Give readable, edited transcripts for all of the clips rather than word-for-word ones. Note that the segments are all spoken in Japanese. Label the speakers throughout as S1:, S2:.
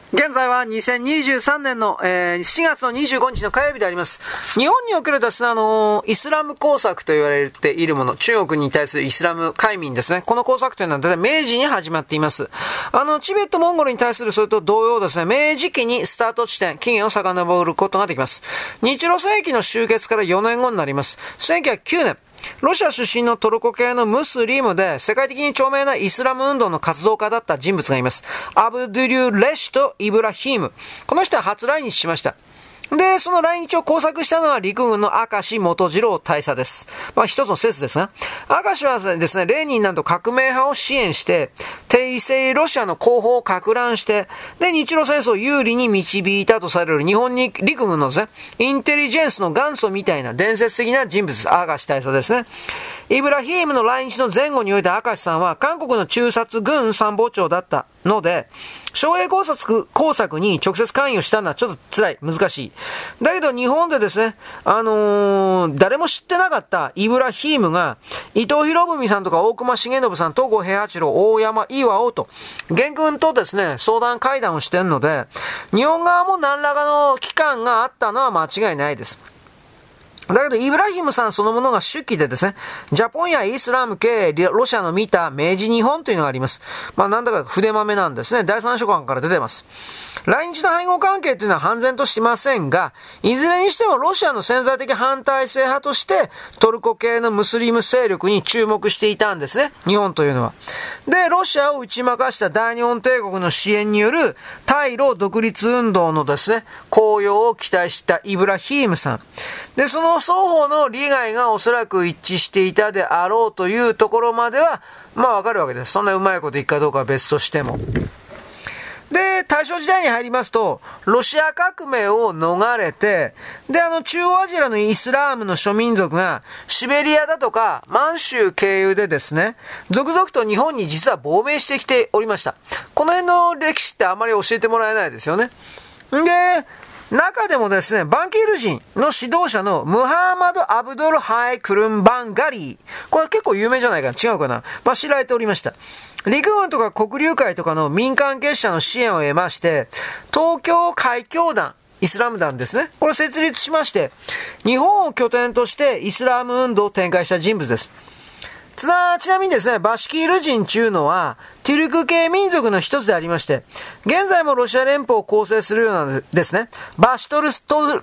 S1: 現在は2023年の、4月の25日の火曜日であります。日本におけるですね、イスラム工作と言われているもの、中国に対するイスラム開民ですね。この工作というのは大体明治に始まっています。チベットモンゴルに対するそれと同様ですね、明治期にスタート地点、期限を遡ることができます。日露戦役の終結から4年後になります。1909年。ロシア出身のトルコ系のムスリムで世界的に著名なイスラム運動の活動家だった人物がいます。アブドゥリュ・レシュとイブラヒーム。この人は初来日しました。で、その来日を工作したのは陸軍の明石元次郎大佐です。一つの説ですが、明石はですね、レーニンなど革命派を支援して、帝政ロシアの後方を撹乱して、で、日露戦争を有利に導いたとされる日本に陸軍のですね、インテリジェンスの元祖みたいな伝説的な人物です。明石大佐ですね。イブラヒームの来日の前後において明石さんは韓国の中薩軍参謀長だったので、商営工作に直接関与したのはちょっと辛い、難しい。だけど日本でですね、誰も知ってなかったイブラヒームが、伊藤博文さんとか大隈重信さん、東郷平八郎、大山岩尾と、元軍とですね、相談会談をしているので、日本側も何らかの機関があったのは間違いないです。だけど、イブラヒムさんそのものが手記でですね、ジャポンやイスラム系ロシアの見た明治日本というのがあります。なんだか筆豆なんですね。第三書簡から出てます。来日の背後関係というのは判然としませんが、いずれにしてもロシアの潜在的反体制派として、トルコ系のムスリム勢力に注目していたんですね。日本というのは。で、ロシアを打ち負かした大日本帝国の支援による対ロ独立運動のですね、効用を期待したイブラヒームさん。で、その双方の利害がおそらく一致していたであろうというところまでは、わかるわけです。そんなうまいこといくかどうかは別としても。で、大正時代に入りますと、ロシア革命を逃れて、で、中央アジアのイスラームの諸民族が、シベリアだとか、満州経由でですね、続々と日本に実は亡命してきておりました。この辺の歴史ってあまり教えてもらえないですよね。で、中でもですね、バンキール人の指導者のムハーマド・アブドル・ハイ・クルンバンガリー。これ結構有名じゃないかな、違うかな。知られておりました。陸軍とか黒竜会とかの民間結社の支援を得まして、東京海峡団、イスラム団ですね。これ設立しまして、日本を拠点としてイスラム運動を展開した人物です。ちなみにですね、バシキール人というのは、テュルク系民族の一つでありまして、現在もロシア連邦を構成するようなですね、バシトル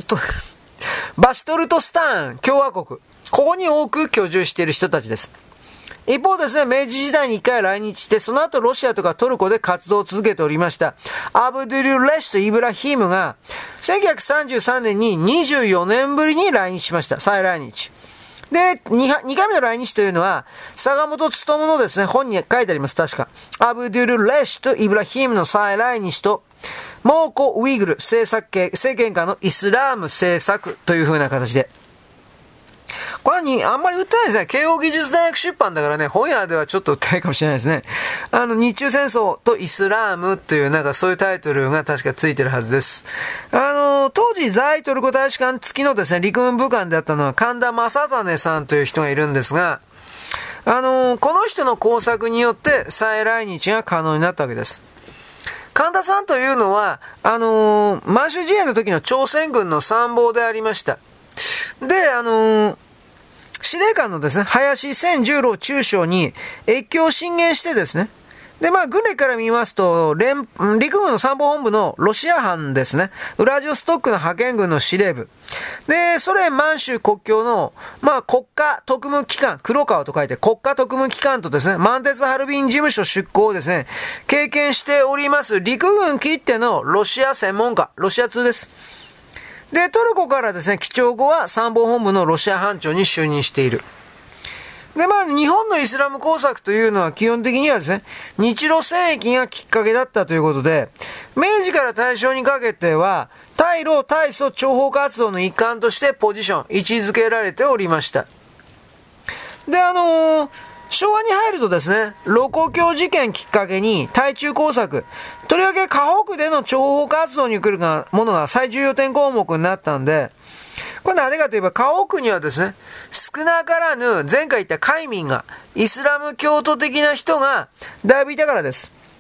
S1: トスターン共和国、ここに多く居住している人たちです。一方ですね、明治時代に一回来日して、その後ロシアとかトルコで活動を続けておりました、アブドゥリュ・レシュとイブラヒームが、1933年に24年ぶりに来日しました。再来日。で、2回目の来日というのは、坂本勉のですね、本に書いてあります、確か。アブドゥル・レシュとイブラヒームの再来日と、モーコ・ウイグル政権下のイスラーム政策という風な形で。これにあんまり売ってないですね。慶応義塾大学出版だからね、本屋ではちょっと売ってないかもしれないですね。日中戦争とイスラームというそういうタイトルが確かついてるはずです。当時在トルコ大使館付きのですね、陸軍武官であったのは神田正種さんという人がいるんですが、この人の工作によって再来日が可能になったわけです。神田さんというのは、満州事変の時の朝鮮軍の参謀でありました。で、司令官のですね、林千十郎中将に越境を進言してですね、で、軍歴から見ますと、陸軍の参謀本部のロシア班ですね、ウラジオストックの派遣軍の司令部。で、ソ連満州国境の、国家特務機関、黒川と書いて国家特務機関とですね、満鉄ハルビン事務所出向をですね、経験しております陸軍きってのロシア専門家、ロシア通です。で、トルコからですね、帰郷後は参謀本部のロシア班長に就任している。で、日本のイスラム工作というのは基本的にはですね、日露戦役がきっかけだったということで、明治から大正にかけては、対ロ対ソ諜報活動の一環としてポジション、位置づけられておりました。で、昭和に入るとですね、盧溝橋事件きっかけに対中工作、とりわけ河北での諜報活動に来るものが最重要点項目になったんで、これなぜかといえば河北にはですね、少なからぬ前回言った海民が、イスラム教徒的な人がだいぶいたからです。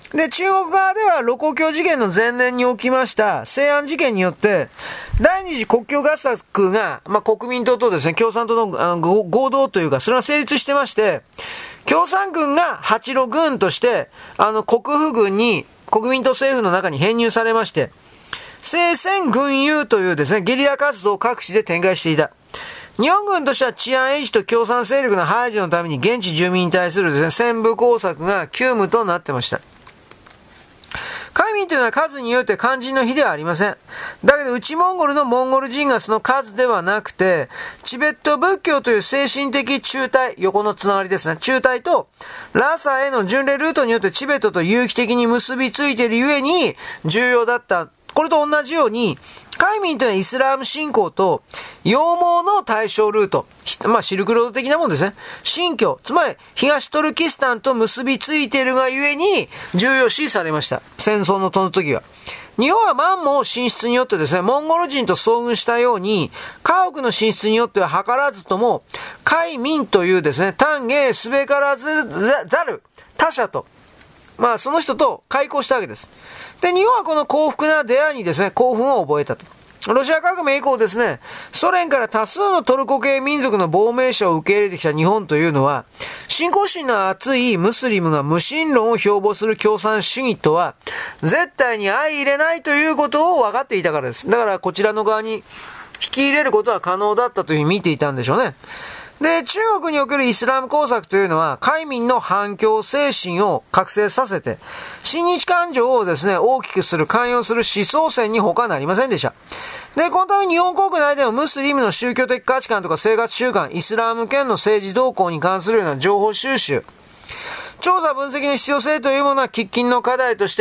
S1: で、中国側では露光橋事件の前年に起きました西安事件によって、第二次国境合作が、国民党とですね、共産党の合同というか、それが成立してまして、共産軍が八路軍として、国府軍に、国民党政府の中に編入されまして、聖戦軍友というですね、ゲリラ活動を各地で展開していた。日本軍としては治安維持と共産勢力の排除のために現地住民に対するですね、宣武工作が急務となってました。海民というのは数によって肝心の比ではありません。だけど内モンゴルのモンゴル人がその数ではなくて、チベット仏教という精神的中隊、横のつながりですね。中隊とラサへの巡礼ルートによってチベットと有機的に結びついているゆえに重要だった。これと同じように、海民というのはイスラム信仰と羊毛の対象ルート、シルクロード的なもんですね。新教、つまり東トルキスタンと結びついているがゆえに重要視されました。戦争の時は。日本はマンモ進出によってですね、モンゴル人と遭遇したように、家屋の進出によっては図らずとも、海民というですね、丹下すべからざる他者と、その人と開交したわけです。で、日本はこの幸福な出会いにですね、興奮を覚えたと。ロシア革命以降ですね、ソ連から多数のトルコ系民族の亡命者を受け入れてきた日本というのは、信仰心の厚いムスリムが無神論を標榜する共産主義とは、絶対に相入れないということを分かっていたからです。だからこちらの側に引き入れることは可能だったというふうに見ていたんでしょうね。で、中国におけるイスラム工作というのは、海民の反共精神を覚醒させて、親日感情をですね、大きくする、寛容する思想戦に他なりませんでした。で、このため日本国内でもムスリムの宗教的価値観とか生活習慣、イスラム圏の政治動向に関するような情報収集、調査分析の必要性というものは喫緊の課題として、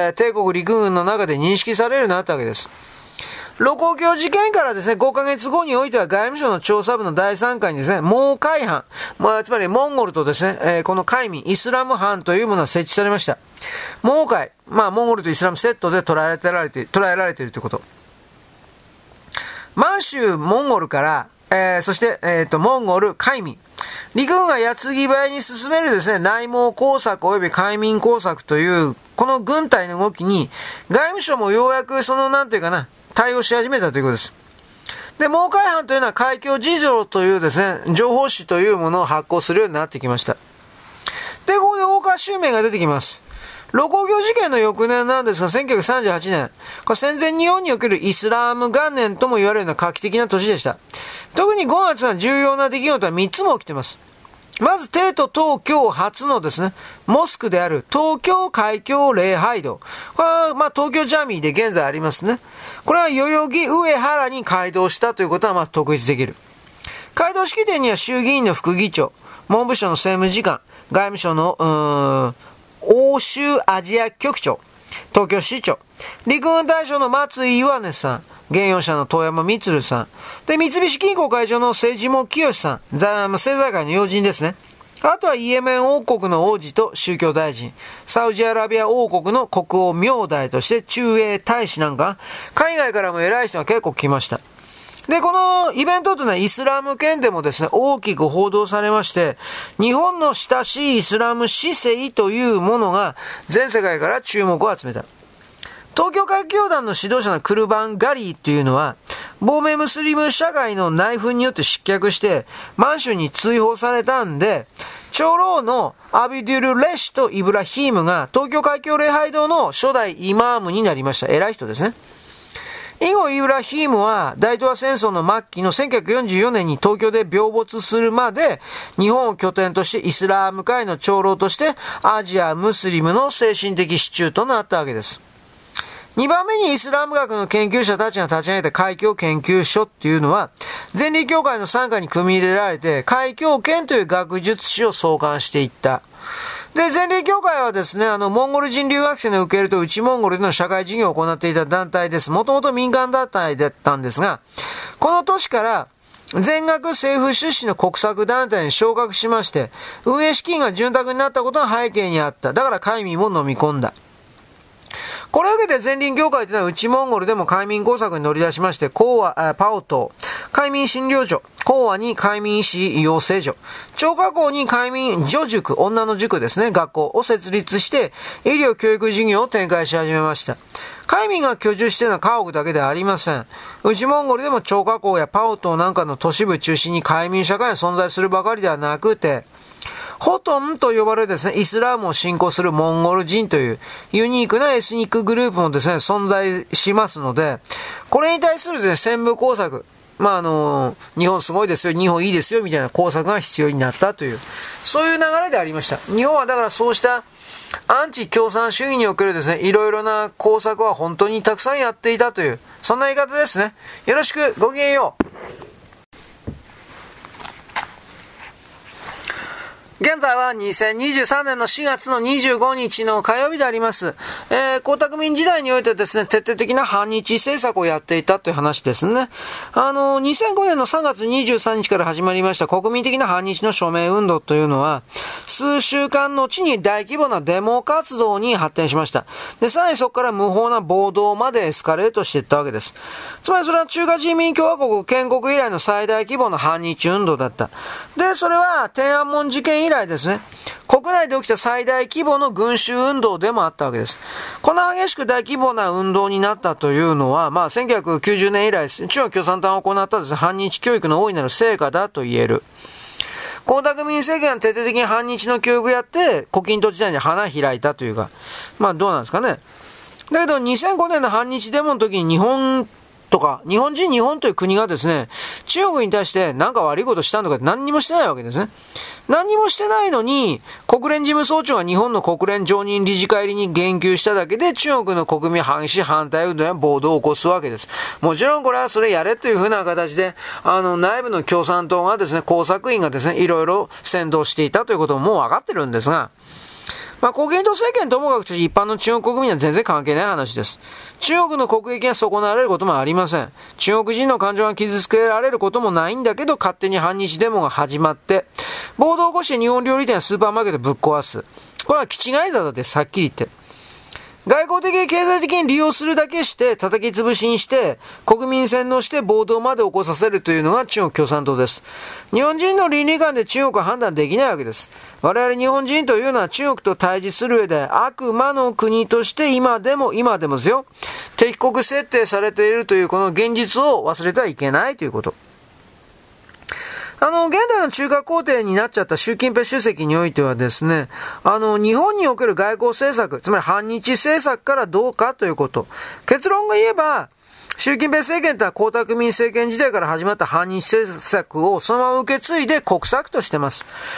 S1: 帝国陸軍の中で認識されるようになったわけです。露光橋事件からですね、5ヶ月後においては外務省の調査部の第3回にですね、蒙海班、つまりモンゴルとですね、この海民、イスラム班というものが設置されました。蒙海、モンゴルとイスラムセットで捉えられているということ。満州、モンゴルから、そして、モンゴル、海民。陸軍が矢継ぎ早に進めるですね、内蒙工作及び海民工作という、この軍隊の動きに、外務省もようやく対応し始めたということです。で、蒙海班というのは海峡事情というですね、情報誌というものを発行するようになってきました。で、ここで大川襲名が出てきます。露光橋事件の翌年なんですが、1938年。これ戦前日本におけるイスラム元年とも言われるような画期的な年でした。特に5月は重要な出来事は3つも起きています。まず、帝都東京初のですね、モスクである東京海峡礼拝堂。これは、東京ジャミーで現在ありますね。これは代々木上原に開堂したということはまず特筆できる。開堂式典には衆議院の副議長、文部省の政務次官、外務省の、欧州アジア局長、東京市長、陸軍大将の松井岩根さん、現用者の遠山光さん。で、三菱金庫会長の政治も清さん。政財界の要人ですね。あとはイエメン王国の王子と宗教大臣。サウジアラビア王国の国王明大として駐英大使なんか、海外からも偉い人が結構来ました。で、このイベントというのはイスラム圏でもですね、大きく報道されまして、日本の親しいイスラム姿勢というものが全世界から注目を集めた。東京海峡団の指導者のクルバン・ガリーというのは、亡命ムスリム社会の内紛によって失脚して、満州に追放されたんで、長老のアビデュル・レシとイブラヒームが東京海峡礼拝堂の初代イマームになりました。偉い人ですね。以後イブラヒームは大東亜戦争の末期の1944年に東京で病没するまで日本を拠点としてイスラム界の長老としてアジアムスリムの精神的支柱となったわけです。2番目にイスラム学の研究者たちが立ち上げた海峡研究所っていうのは、前理協会の傘下に組み入れられて、海峡圏という学術誌を創刊していった。で、前理協会はですね、モンゴル人留学生の受け入れと内モンゴルでの社会事業を行っていた団体です。もともと民間団体だったんですが、この年から、全額政府出資の国策団体に昇格しまして、運営資金が潤沢になったことが背景にあった。だから海民も飲み込んだ。これを受けて前輪協会というのは内モンゴルでも海民工作に乗り出しまして、パオ島、海民診療所、 講和に快民市養成所、張家口に快民女塾、女の塾ですね、学校を設立して、医療教育事業を展開し始めました。快民が居住しているのは家屋だけではありません。内モンゴルでも張家口やパオ島なんかの都市部中心に快民社会が存在するばかりではなくて、ホトンと呼ばれるですね、イスラームを信仰するモンゴル人というユニークなエスニックグループもですね、存在しますので、これに対するですね、宣武工作、日本すごいですよ、日本いいですよ、みたいな工作が必要になったという、そういう流れでありました。日本はだからそうしたアンチ共産主義におけるですね、いろいろな工作は本当にたくさんやっていたという、そんな言い方ですね。よろしく、ごきげんよう。現在は2023年の4月の25日の火曜日であります。江沢民時代においてですね、徹底的な反日政策をやっていたという話ですね。2005年の3月23日から始まりました国民的な反日の署名運動というのは、数週間のうちに大規模なデモ活動に発展しました。で、さらにそこから無法な暴動までエスカレートしていったわけです。つまりそれは中華人民共和国建国以来の最大規模の反日運動だった。で、それは天安門事件以来ですね、国内で起きた最大規模の群衆運動でもあったわけです。この激しく大規模な運動になったというのは、1990年以来、中国共産党が行ったですね、反日教育の大いなる成果だと言える。江沢民政権は徹底的に反日の教育をやって、胡錦涛時代に花開いたというか、どうなんですかね。だけど2005年の反日デモの時に日本という国がですね、中国に対して何か悪いことしたのか何にもしてないわけですね。何にもしてないのに、国連事務総長が日本の国連常任理事会入りに言及しただけで中国の国民反対運動や暴動を起こすわけです。もちろんこれはそれやれというふうな形で、内部の共産党がですね、工作員がですね、いろいろ先導していたということももう分かってるんですが、胡錦涛政権ともかく一般の中国国民は全然関係ない話です。中国の国益が損なわれることもありません。中国人の感情が傷つけられることもないんだけど、勝手に反日デモが始まって、暴動を起こして日本料理店やスーパーマーケットぶっ壊す。これは気違いだです、はっきり言って。外交的経済的に利用するだけして叩き潰しにして国民洗脳して暴動まで起こさせるというのが中国共産党です。日本人の倫理観で中国は判断できないわけです。我々日本人というのは中国と対峙する上で悪魔の国として今でもですよ、敵国設定されているというこの現実を忘れてはいけないということ。現代の中華皇帝になっちゃった習近平主席においてはですね、日本における外交政策、つまり反日政策からどうかということ。結論が言えば、習近平政権とは江沢民政権時代から始まった反日政策をそのまま受け継いで国策としてます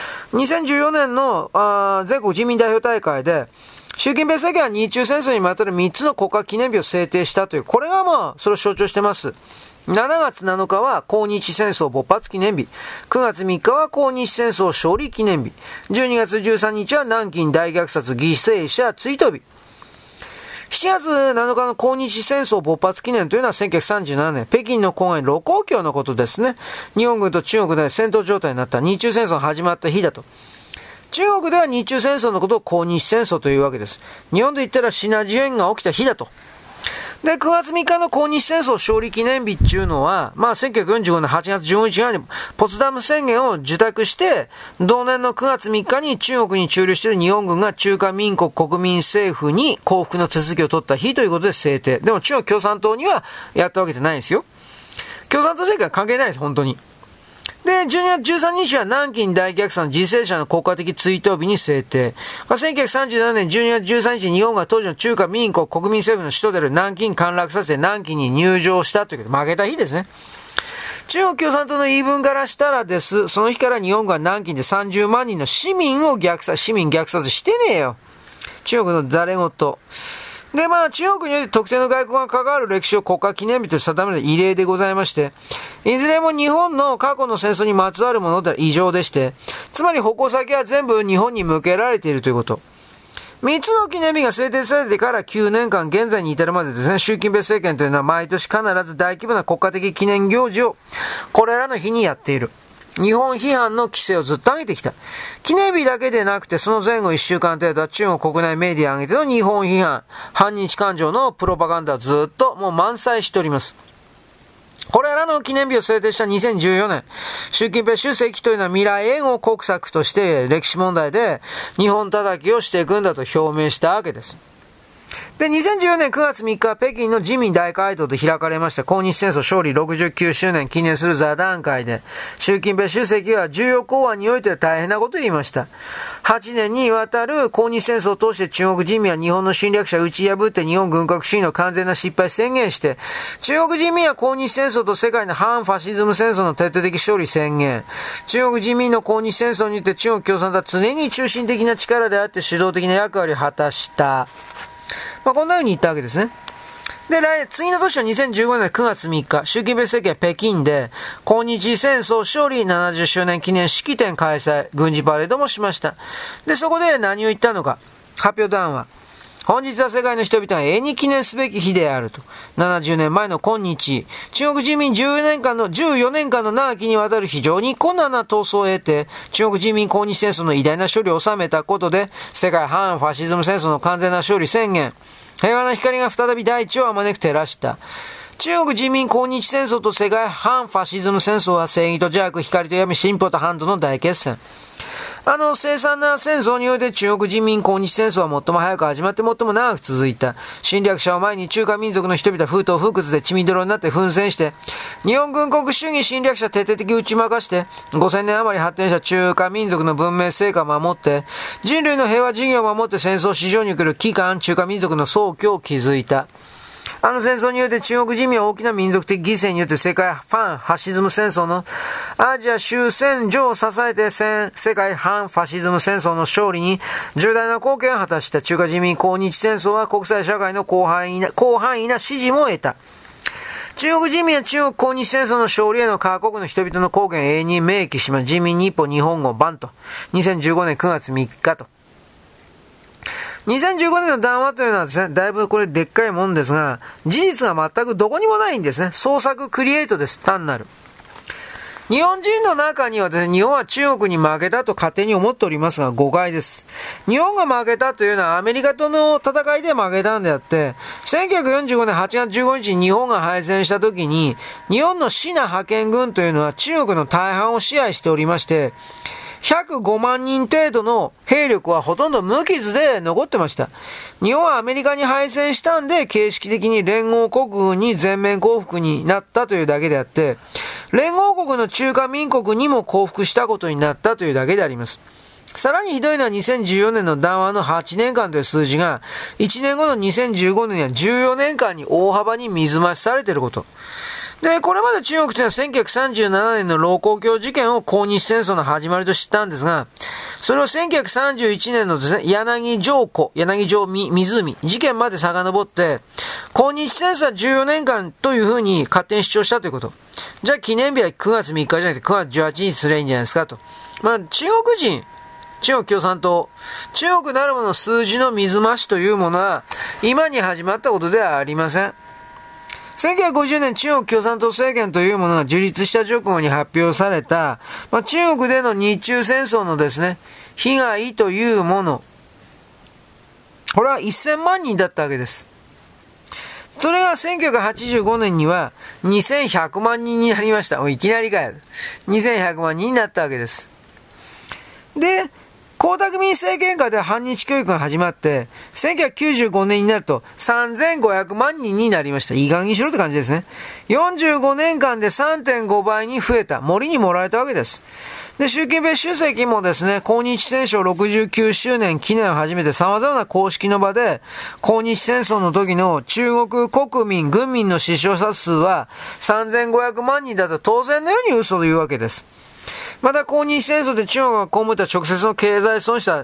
S1: 。2014年の全国人民代表大会で、習近平政権は日中戦争にまたる3つの国家記念日を制定したという、これがそれを象徴してます。7月7日は抗日戦争勃発記念日。9月3日は抗日戦争勝利記念日。12月13日は南京大虐殺犠牲者追悼日。7月7日の抗日戦争勃発記念というのは1937年、北京の郊外盧溝橋のことですね。日本軍と中国で戦闘状態になった日中戦争が始まった日だと。中国では日中戦争のことを抗日戦争というわけです。日本で言ったらシナ事変が起きた日だと。で、9月3日の抗日戦争勝利記念日っていうのは、1945年8月15日にポツダム宣言を受諾して、同年の9月3日に中国に駐留している日本軍が中華民国国民政府に降伏の手続きを取った日ということで制定。でも中国共産党にはやったわけじゃないんですよ。共産党政権は関係ないです、本当に。で、12月13日は南京大虐殺の犠牲者の国家的追悼日に制定。1937年12月13日に日本が当時の中華民国国民政府の首都である南京陥落させて南京に入城したということで負けた日ですね。中国共産党の言い分からしたらです。その日から日本が南京で30万人の市民虐殺してねえよ。中国のざれ言。で、中国によって特定の外国が関わる歴史を国家記念日と定める異例でございまして、いずれも日本の過去の戦争にまつわるものでは異常でして、つまり矛先は全部日本に向けられているということ。3つの記念日が制定されてから9年間現在に至るまでですね、習近平政権というのは毎年必ず大規模な国家的記念行事をこれらの日にやっている。日本批判の規制をずっと上げてきた。記念日だけでなくてその前後1週間程度は中国国内メディアを上げての日本批判、反日感情のプロパガンダをずっともう満載しております。 これらの記念日を制定した2014年、習近平主席というのは未来永劫国策として歴史問題で日本叩きをしていくんだと表明したわけです。で、2014年9月3日、北京の人民大会堂で開かれました抗日戦争勝利69周年記念する座談会で、習近平主席は重要講話において大変なことを言いました。8年にわたる抗日戦争を通して中国人民は日本の侵略者を打ち破って日本軍国主義の完全な失敗宣言して、中国人民は抗日戦争と世界の反ファシズム戦争の徹底的勝利宣言。中国人民の抗日戦争によって中国共産党は常に中心的な力であって主導的な役割を果たした。こんな風に言ったわけですね。で、次の年は2015年9月3日、習近平政権は北京で、抗日戦争勝利70周年記念式典開催、軍事パレードもしました。で、そこで何を言ったのか、発表談話。本日は世界の人々は永遠に記念すべき日であると。70年前の今日、中国人民14年間の長きにわたる非常に困難な闘争を得て、中国人民抗日戦争の偉大な勝利を収めたことで、世界反ファシズム戦争の完全な勝利宣言、平和な光が再び大地をあまねく照らした。中国人民抗日戦争と世界反ファシズム戦争は正義と邪悪、光と闇、進歩と反動の大決戦。凄惨な戦争において中国人民抗日戦争は最も早く始まって最も長く続いた。侵略者を前に中華民族の人々は風頭風屈で血みどろになって奮戦して、日本軍国主義侵略者徹底的打ち負かして、5000年余り発展した中華民族の文明成果を守って、人類の平和事業を守って戦争市場に来る期間、中華民族の総挙を築いた。戦争によって中国人民は大きな民族的犠牲によって世界反ファシズム戦争のアジア終戦場を支えて世界反ファシズム戦争の勝利に重大な貢献を果たした中華人民抗日戦争は国際社会の広範囲な支持も得た。中国人民は中国抗日戦争の勝利への各国の人々の貢献を永遠に明記します。人民日報日本語版と。2015年9月3日と。2015年の談話というのはですね、だいぶこれでっかいもんですが、事実が全くどこにもないんですね。創作クリエイトです、単なる。日本人の中にはですね、日本は中国に負けたと勝手に思っておりますが、誤解です。日本が負けたというのはアメリカとの戦いで負けたんであって、1945年8月15日に日本が敗戦した時に、日本のシナ派遣軍というのは中国の大半を支配しておりまして、105万人程度の兵力はほとんど無傷で残ってました。日本はアメリカに敗戦したんで、形式的に連合国軍に全面降伏になったというだけであって、連合国の中華民国にも降伏したことになったというだけであります。さらにひどいのは2014年の談話の8年間という数字が、1年後の2015年には14年間に大幅に水増しされていること。で、これまで中国というのは1937年の盧溝橋事件を抗日戦争の始まりと知ったんですが、それを1931年のですね、柳条湖事件まで遡って、抗日戦争は14年間というふうに勝手に主張したということ。じゃあ記念日は9月3日じゃなくて9月18日すればいいんじゃないですかと。中国共産党、中国なるもの数字の水増しというものは、今に始まったことではありません。1950年中国共産党政権というものが樹立した直後に発表された、中国での日中戦争のですね、被害というもの。これは1000万人だったわけです。それが1985年には2100万人になりました。いきなりかよ。2100万人になったわけです。で、江沢民政権下で反日教育が始まって、1995年になると3500万人になりました。いい加減にしろって感じですね。45年間で 3.5 倍に増えた。森に盛られたわけです。で、習近平主席もですね、抗日戦争69周年記念を始めて様々な公式の場で、抗日戦争の時の中国国民、軍民の死傷者数は3500万人だと当然のように嘘を言うわけです。また抗日戦争で中国が被った直接の経済損失は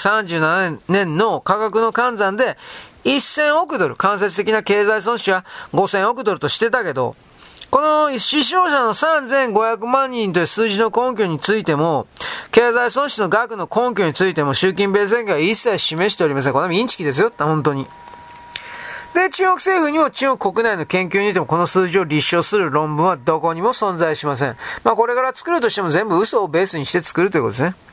S1: 1937年の価格の換算で1000億ドル、間接的な経済損失は5000億ドルとしてたけど、この死傷者の3500万人という数字の根拠についても、経済損失の額の根拠についても習近平政権は一切示しておりません。これはインチキですよ、本当に。で、中国政府にも中国国内の研究においてもこの数字を立証する論文はどこにも存在しません。これから作るとしても全部嘘をベースにして作るということですね。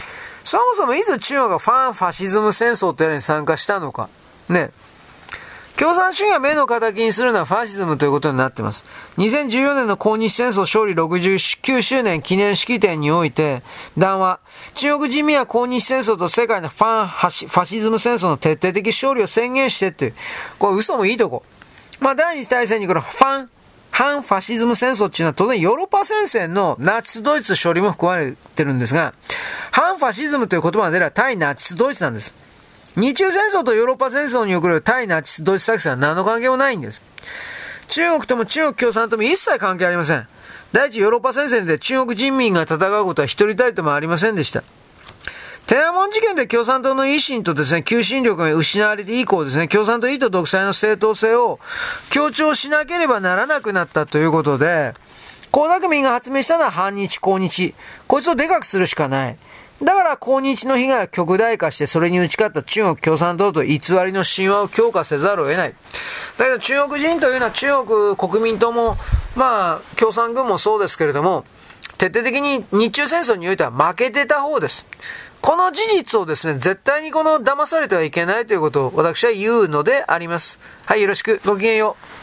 S1: そもそもいつ中国がファシズム戦争というのに参加したのか。ね。 共産主義が目の敵にするのはファシズムということになっています。2014年の抗日戦争勝利69周年記念式典において、談話、中国人民は抗日戦争と世界のファシズム戦争の徹底的勝利を宣言してっていう、これ嘘もいいとこ。第二次大戦にこの反ファシズム戦争っていうのは当然ヨーロッパ戦線のナチスドイツ勝利も含まれてるんですが、反ファシズムという言葉が出れば対ナチスドイツなんです。日中戦争とヨーロッパ戦争における対ナチスドイツ作戦は何の関係もないんです。中国とも中国共産とも一切関係ありません。第一ヨーロッパ戦線で中国人民が戦うことは一人たりともありませんでした。天安門事件で共産党の維新とですね、求心力が失われて以降ですね、共産党意図独裁の正当性を強調しなければならなくなったということで、江沢民が発明したのは反日、抗日。こいつをでかくするしかない。だから抗日の被害が極大化してそれに打ち勝った中国共産党と偽りの神話を強化せざるを得ない。だけど中国人というのは中国国民党も共産軍もそうですけれども、徹底的に日中戦争においては負けてた方です。この事実をですね、絶対に騙されてはいけないということを私は言うのであります。はい、よろしく。ごきげんよう。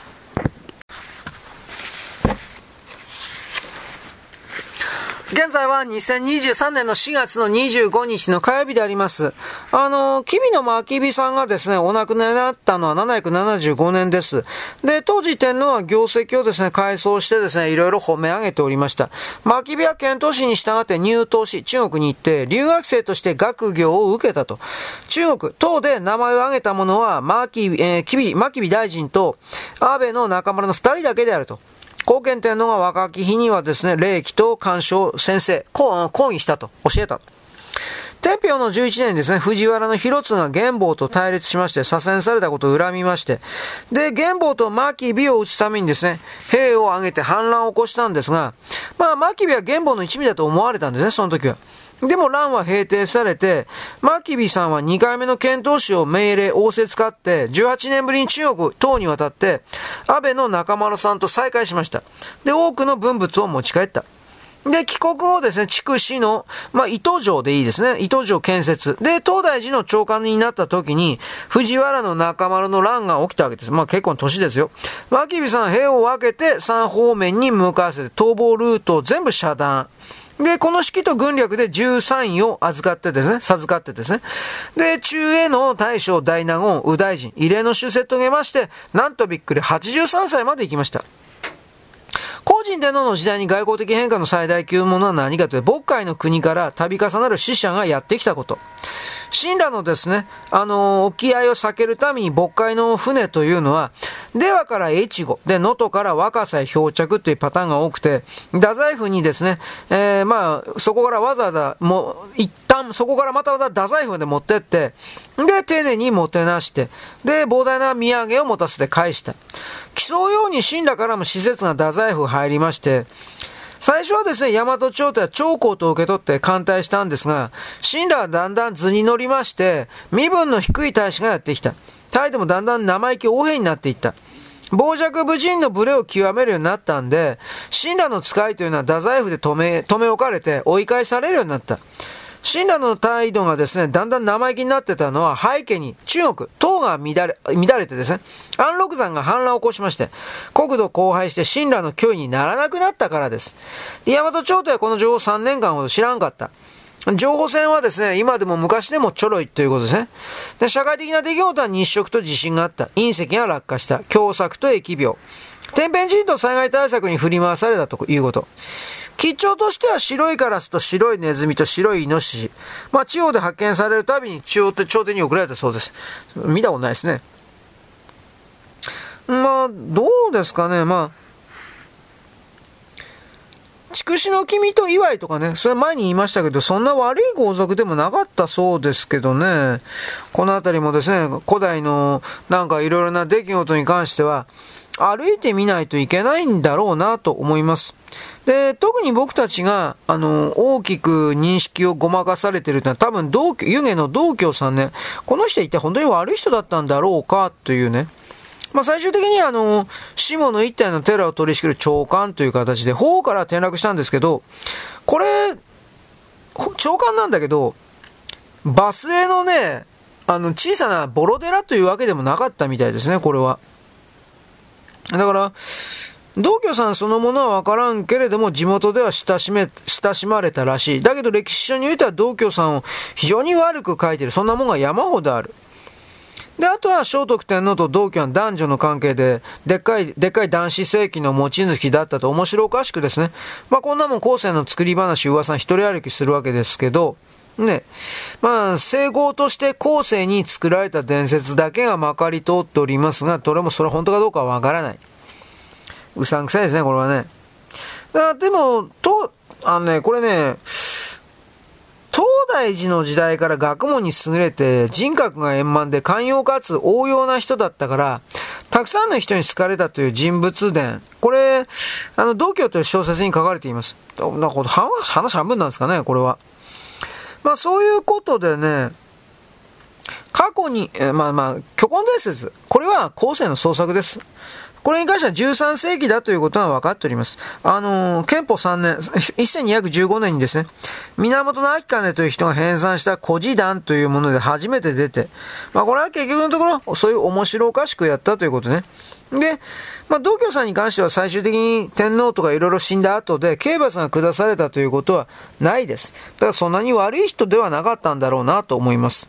S1: 現在は2023年の4月の25日の火曜日であります。吉備の真備さんがですね、お亡くなりになったのは775年です。で、当時天皇は業績をですね、改装してですね、いろいろ褒め上げておりました。真備は遣唐使に従って入唐し、中国に行って、留学生として学業を受けたと。中国、唐で名前を挙げた者は、真備大臣と安倍の中村の二人だけであると。高賢天皇が若き日にはですね、礼記と干渉先生、講義したと、教えたと。天平の11年にですね、藤原の広津が玄房と対立しまして、左遷されたことを恨みまして、で、玄房と真備を討つためにですね、兵を挙げて反乱を起こしたんですが、真備は玄房の一味だと思われたんですね、その時は。でも乱は平定されて、真備さんは2回目の遣唐使を命令、仰せ使って、18年ぶりに中国、唐に渡って、安倍の中丸さんと再会しました。で、多くの文物を持ち帰った。で、帰国後ですね、筑紫の、糸城でいいですね。糸城建設。で、東大寺の長官になった時に、藤原の中丸の乱が起きたわけです。結構年ですよ。真備さん兵を分けて3方面に向かわせて、逃亡ルートを全部遮断。で、この指揮と軍略で13位を授かってですね。で、中英の大将大納言、右大臣、異例の出世とげまして、なんとびっくり83歳まで行きました。高人天皇の時代に外交的変化の最大級ものは何かというと、渤海の国から度重なる使者がやってきたこと。神羅のですね、沖合を避けるために渤海の船というのは、出羽から越後、で、能登から若狭へ漂着というパターンが多くて、太宰府にですね、そこからわざわざ、一旦、そこからまた太宰府まで持ってって、で、丁寧にもてなして、で、膨大な土産を持たせて返した。競うように神羅からも施設が太宰府入りまして、最初はですね、大和朝廷は長江と受け取って艦隊したんですが、神羅はだんだん図に乗りまして、身分の低い大使がやってきた。タイでもだんだん生意気横柄になっていった。傍若無人の無礼を極めるようになったんで、神羅の使いというのは太宰府で止め置かれて追い返されるようになった。神羅の態度がですね、だんだん生意気になってたのは背景に中国、唐が乱れてですね、安禄山が反乱を起こしまして、国土荒廃して神羅の脅威にならなくなったからです。で、大和朝廷はこの情報を3年間ほど知らんかった。情報戦はですね、今でも昔でもちょろいということですね。で、社会的な出来事は日食と地震があった。隕石が落下した。凶作と疫病。天変地異と災害対策に振り回されたということ。吉兆としては白いカラスと白いネズミと白いイノシシ。地方で発見されるたびに朝廷に送られたそうです。見たことないですね。どうですかね。筑紫の君と祝いとかね、それ前に言いましたけど、そんな悪い豪族でもなかったそうですけどね。このあたりもですね、古代のいろいろな出来事に関しては、歩いてみないといけないんだろうなと思います。で、特に僕たちが、大きく認識をごまかされているというのは多分湯気の道教さんね、この人は一体本当に悪い人だったんだろうかというね。最終的に下の一体の寺を取り仕切る長官という形で、法から転落したんですけど、これ、長官なんだけど、バスへのね、 小さなボロ寺というわけでもなかったみたいですね、これは。だから、道教さんそのものはわからんけれども、地元では親しまれたらしい。だけど歴史書においては道教さんを非常に悪く書いている。そんなものが山ほどある。で、あとは聖徳天皇と道教は男女の関係で、でっかい男子世紀の持ち主だったと面白おかしくですね。こんなもん後世の作り話、噂一人歩きするわけですけど、ね。整合として後世に作られた伝説だけがまかり通っておりますが、それは本当かどうかはわからない。うさんくさいですね、これはね。でも、これね、東大寺の時代から学問に優れて人格が円満で寛容かつ応用な人だったから、たくさんの人に好かれたという人物伝。これ、道教という小説に書かれています。話半分なんですかね、これは。そういうことでね、過去に、虚構伝説。これは後世の創作です。これに関しては13世紀だということが分かっております。憲法3年、1215年にですね、源明兼という人が編纂した古事談というもので初めて出て、これは結局のところ、そういう面白おかしくやったということね。で、道教さんに関しては最終的に天皇とかいろいろ死んだ後で刑罰が下されたということはないです。だからそんなに悪い人ではなかったんだろうなと思います。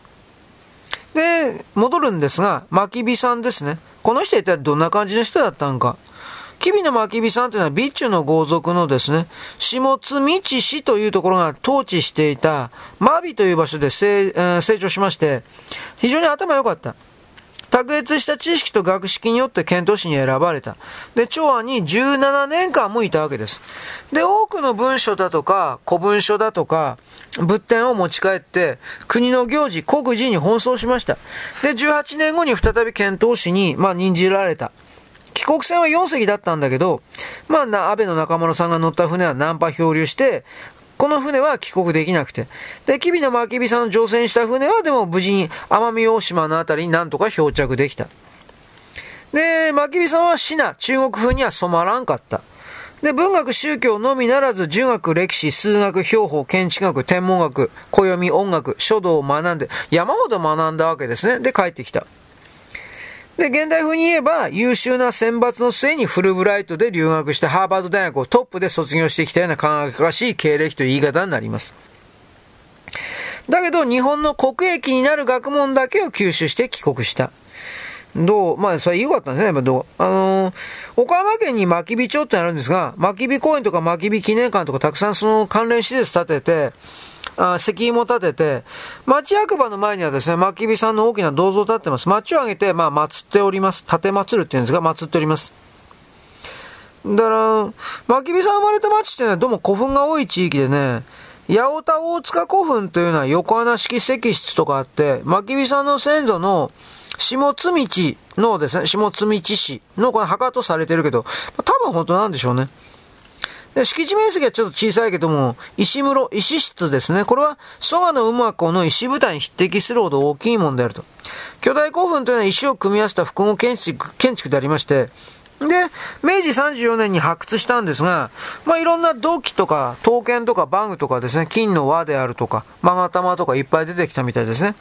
S1: で、戻るんですが、牧火さんですね。この人は一体どんな感じの人だったのか。吉備の牧火さんというのは備中の豪族のですね、下津道氏というところが統治していた真備という場所で成長しまして、非常に頭良かった。卓越した知識と学識によって遣唐使に選ばれた。で、長安に17年間もいたわけです。で、多くの文書だとか、古文書だとか、仏典を持ち帰って、国の行事、国事に奔走しました。で、18年後に再び遣唐使に、任じられた。帰国船は4隻だったんだけど、安倍の中村さんが乗った船は難破漂流して、この船は帰国できなくて。で、吉備の牧火さんの乗船した船はでも無事に奄美大島のあたりになんとか漂着できた。で、牧火さんはシナ、中国風には染まらんかった。で、文学、宗教のみならず、儒学、歴史、数学、兵法、建築学、天文学、暦、音楽、書道を学んで、山ほど学んだわけですね。で、帰ってきた。で、現代風に言えば、優秀な選抜の末にフルブライトで留学してハーバード大学をトップで卒業してきたような輝かしい経歴という言い方になります。だけど、日本の国益になる学問だけを吸収して帰国した。それ良かったんですね。岡山県に牧火町ってあるんですが、牧火公園とか牧火記念館とかたくさんその関連施設建てて、石碑も建てて、町役場の前にはですね、牧火さんの大きな銅像立ってます。町を挙げて、祀っております。立て祀るっていうんですが、祀っております。だから、牧火さん生まれた町っていうのはどうも古墳が多い地域でね、八百田大塚古墳というのは横穴式石室とかあって、牧火さんの先祖の下津道のですね、下津道氏のこの墓とされてるけど、多分本当なんでしょうね。で、敷地面積はちょっと小さいけども、石室ですね。これは、蘇我の馬子の石舞台に匹敵するほど大きいものであると。巨大古墳というのは石を組み合わせた複合建築でありまして、で、明治34年に発掘したんですが、いろんな土器とか、刀剣とかバグとかですね、金の輪であるとか、勾玉とかいっぱい出てきたみたいですね。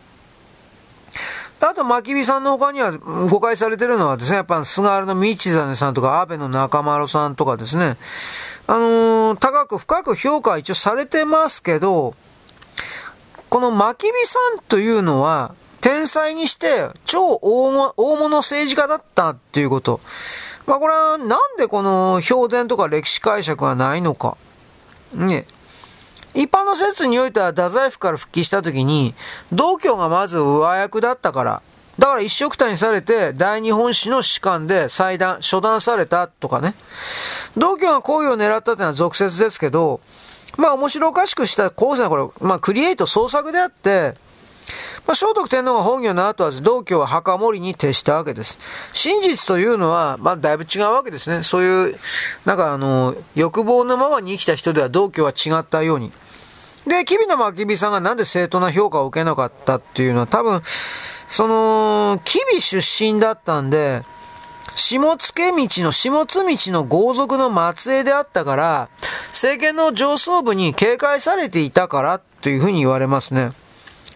S1: あと、牧火さんの他には誤解されているのはですね、やっぱ菅原道真さんとか、安倍の中丸さんとかですね、高く深く評価は一応されてますけど、この牧火さんというのは、天才にして超大物政治家だったっていうこと。これはなんでこの評伝とか歴史解釈がないのか。ね。一般の説においては太宰府から復帰した時に道教がまず上役だったからだから一緒くたにされて大日本史の士官で処断されたとかね。道教が行為を狙ったというのは俗説ですけど面白おかしくした後世のこれクリエイト創作であって聖徳天皇が崩御の後は道教は墓守に徹したわけです。真実というのは、だいぶ違うわけですね。そういう、欲望のままに生きた人では道教は違ったように。で、吉備の牧火さんがなんで正当な評価を受けなかったっていうのは多分、吉備出身だったんで、下津道の豪族の末裔であったから、政権の上層部に警戒されていたからというふうに言われますね。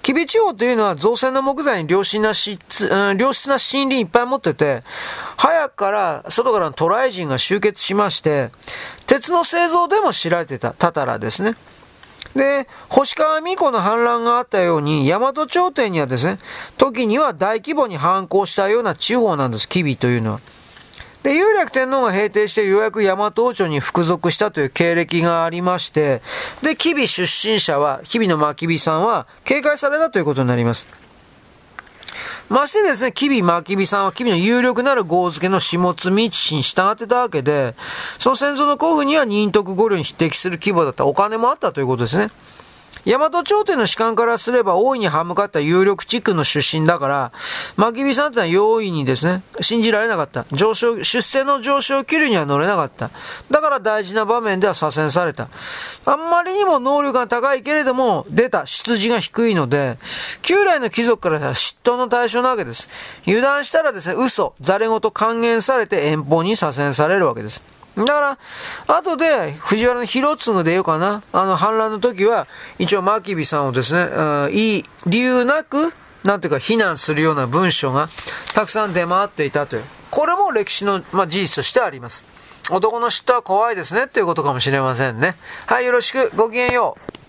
S1: 吉備地方というのは造船の木材に良質な森林いっぱい持ってて、早くから外からの渡来人が集結しまして、鉄の製造でも知られてたタタラですね。で、星川巫女の反乱があったように、大和朝廷にはですね、時には大規模に反抗したような地方なんです、吉備というのは。で、有楽天皇が平定してようやく大和王朝に服属したという経歴がありまして、で、吉備出身者は、吉備の真吉備さんは警戒されたということになります。ましてですね、吉備真吉備さんは吉備の有力なる豪付けの下津道氏に従ってたわけで、その先祖の皇府には仁徳五領に匹敵する規模だったお金もあったということですね。大和朝廷の士官からすれば大いに歯向かった有力地区の出身だから、真木さんってのは容易にですね、信じられなかった。出世の上昇気流には乗れなかった。だから大事な場面では左遷された。あんまりにも能力が高いけれども、出た出自が低いので、旧来の貴族から嫉妬の対象なわけです。油断したらですね、嘘、ざれ言還元されて遠方に左遷されるわけです。だから、後で、藤原の広次でようかな。反乱の時は、一応、真備さんをですね、いい理由なく、なんていうか、非難するような文章が、たくさん出回っていたという。これも歴史の、事実としてあります。男の嫉妬は怖いですね、ということかもしれませんね。はい、よろしく、ごきげんよう。